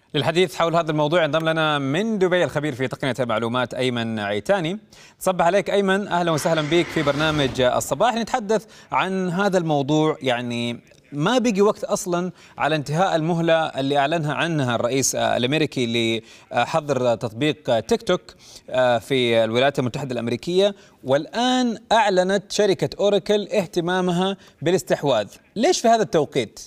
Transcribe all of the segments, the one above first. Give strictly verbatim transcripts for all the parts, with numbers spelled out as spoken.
للحديث حول هذا الموضوع انضم لنا من دبي الخبير في تقنية المعلومات أيمن عيتاني. صبح عليك أيمن، أهلا وسهلا بك في برنامج الصباح. نتحدث عن هذا الموضوع، يعني ما بقي وقت أصلا على انتهاء المهلة اللي أعلنها عنها الرئيس الأمريكي لحظر تطبيق تيك توك في الولايات المتحدة الأمريكية، والآن أعلنت شركة أوراكل اهتمامها بالاستحواذ. ليش في هذا التوقيت؟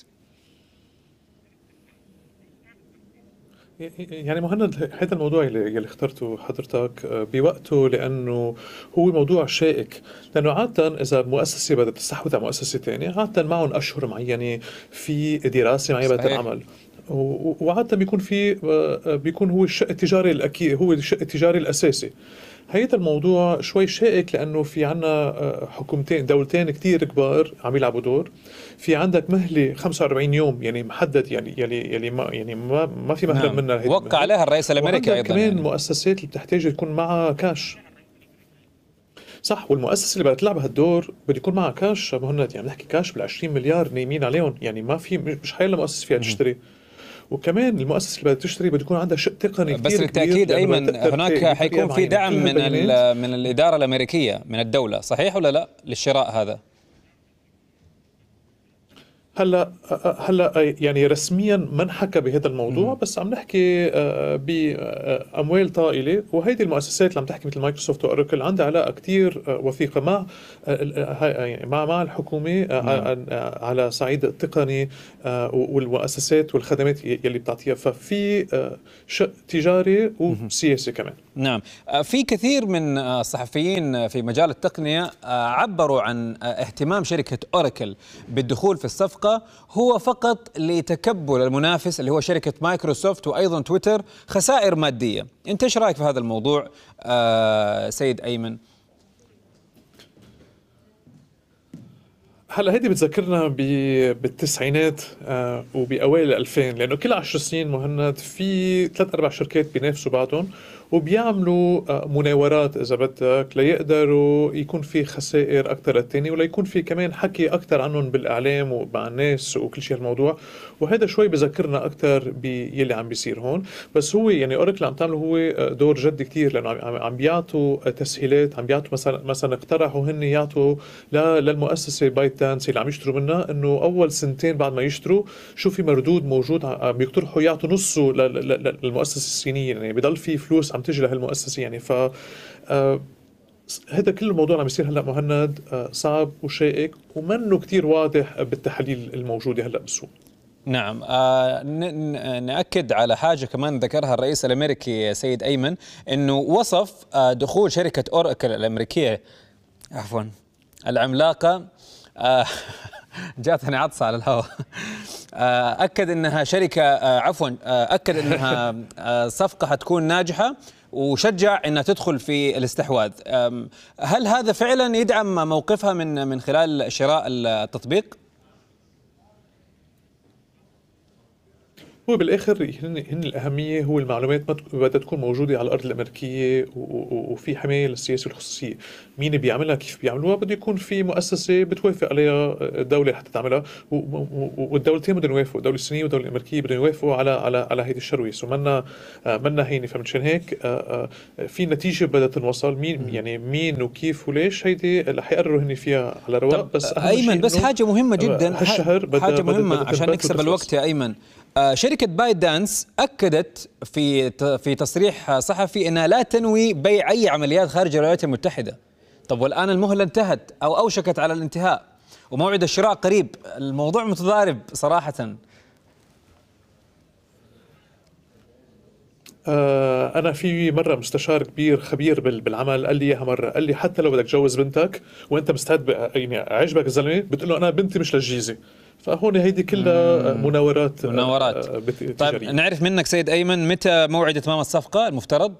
يعني مهند، هذا الموضوع اللي, اللي اخترته حضرتك بوقته، لأنه هو موضوع شائك. لأنه عادة إذا مؤسسة بدها تستحوذ على مؤسسة ثانية، عادة معهم أشهر معينة في دراسة معينة بدها تنعمل، وعادة بيكون في بيكون هو الشق التجاري الأكيد، هو الشق التجاري الأساسي. هيدا الموضوع شوي شائك، لأنه في عنا حكومتين دولتين كتير كبار عم يلعبوا دور. في عندك مهلة خمسة وأربعين يوم، يعني محدد، يعني يعني يعني ما يعني ما, ما في مهلة. نعم. منها وقع عليها الرئيس الأمريكي أيضا. كمان يعني المؤسسات اللي بتحتاج يكون معها كاش. صح، والمؤسسة اللي بدها تلعب هالدور بده يكون معها كاش مهند، يعني نحكي كاش بالعشرين مليار نايمين عليهم، يعني ما في مش حيلا مؤسسة فيها تشتري. وكمان المؤسسة اللي بدها تشتري بده يكون عندها شق تقني كثير. بس بالتأكيد أيمن هناك حيكون في دعم من من الإدارة الأمريكية من الدولة، صحيح ولا لا، للشراء هذا؟ هلا هلا يعني رسميا ما انحكى بهذا الموضوع، بس عم نحكي باموال طائله، وهيدي المؤسسات اللي عم تحكي مثل مايكروسوفت واوراكل عندها علاقه كثير وثيقه مع مع مع الحكومه على صعيد التقني والمؤسسات والخدمات يلي بتعطيها، ففي شق تجاري وسياسي كمان. نعم، في كثير من الصحفيين في مجال التقنيه عبروا عن اهتمام شركه اوراكل بالدخول في الصفقه هو فقط لتكبل المنافس اللي هو شركة مايكروسوفت وأيضا تويتر خسائر مادية. أنت إيش رأيك في هذا الموضوع آه سيد أيمن؟ هلا هيدي بتذكرنا بالتسعينات آه وبأوائل الألفين، لأنه كل عشر سنين مهند في ثلاث أربع شركات بينافسوا بعضهم وبيعملوا آه مناورات إذا بدك ليقدروا يكون في خسائر أكثر للتاني، ولا يكون في كمان حكي أكثر عنهم بالإعلام ومع الناس وكل شيء الموضوع. وهذا شوي بذكرنا أكثر باللي عم بيصير هون. بس هو يعني أوراكل عم تعمله هو دور جد كتير، لأنه عم بيعطوا تسهيلات، عم بيعطوا مثلا مثلا اقترحوا هن يعطوا للمؤسسة بايت دانس اللي عم يشتروا منها انه اول سنتين بعد ما يشتروا شو في مردود موجود، عم بيقترحوا يعطوا نصه للمؤسسه الصينيه، يعني بضل في فلوس عم تجي لهالمؤسسه. يعني ف هذا كل الموضوع عم يصير هلا مهند صعب وشائك ومنه كتير واضح بالتحاليل الموجوده هلا بالسوق. نعم، آه نأكد على حاجة كمان ذكرها الرئيس الأمريكي سيد أيمن، أنه وصف آه دخول شركة أوراكل الأمريكية عفوا العملاقة آه جاتني عطسة على الهواء آه أكد أنها شركة آه عفوا آه أكد أنها آه صفقة حتكون ناجحة، وشجع أنها تدخل في الاستحواذ. هل هذا فعلا يدعم موقفها من من خلال شراء التطبيق؟ هو بالاخر هن هن الاهميه هو المعلومات بدها تكون موجوده على الارض الامريكيه، وفي حمايه للسياسه والخصوصيه. مين بيعملها كيف بيعملوها بده يكون في مؤسسه بتوافق عليها الدوله حتى تعملها، والدولتين بدهم يوافقوا، الدوله الصينيه والدوله الامريكيه بدهم يوافقوا على على على هيدي الشرويس، ومنا منا هينه. فمشان هيك في نتيجه بدها تنوصل. مين يعني مين وكيف وليش هيدي اللي حيقرروا هن فيها على رواق. بس ايمن بس حاجه مهمه جدا، حاجه مهمه عشان نكسب الوقت يا ايمن. شركة بايت دانس أكدت في في تصريح صحفي أنها لا تنوي بيع أي عمليات خارج الولايات المتحدة. طب والآن المهلة انتهت أو أوشكت على الانتهاء وموعد الشراء قريب، الموضوع متضارب صراحة. آه أنا في مرة مستشار كبير خبير بالعمل قال لي إياها مرة، قال لي حتى لو بدك تجوز بنتك وأنت مستعد، يعني عجبك الزلمة بتقول له أنا بنتي مش للجيزة. فهون هيدي كلها مناورات مناورات طيب نعرف منك سيد أيمن متى موعد إتمام الصفقة المفترض؟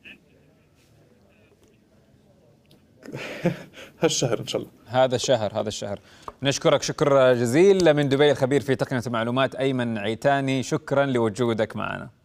هالشهر إن شاء الله. هذا الشهر هذا الشهر. نشكرك شكر جزيل من دبي الخبير في تقنية المعلومات أيمن عيتاني، شكرا لوجودك معنا.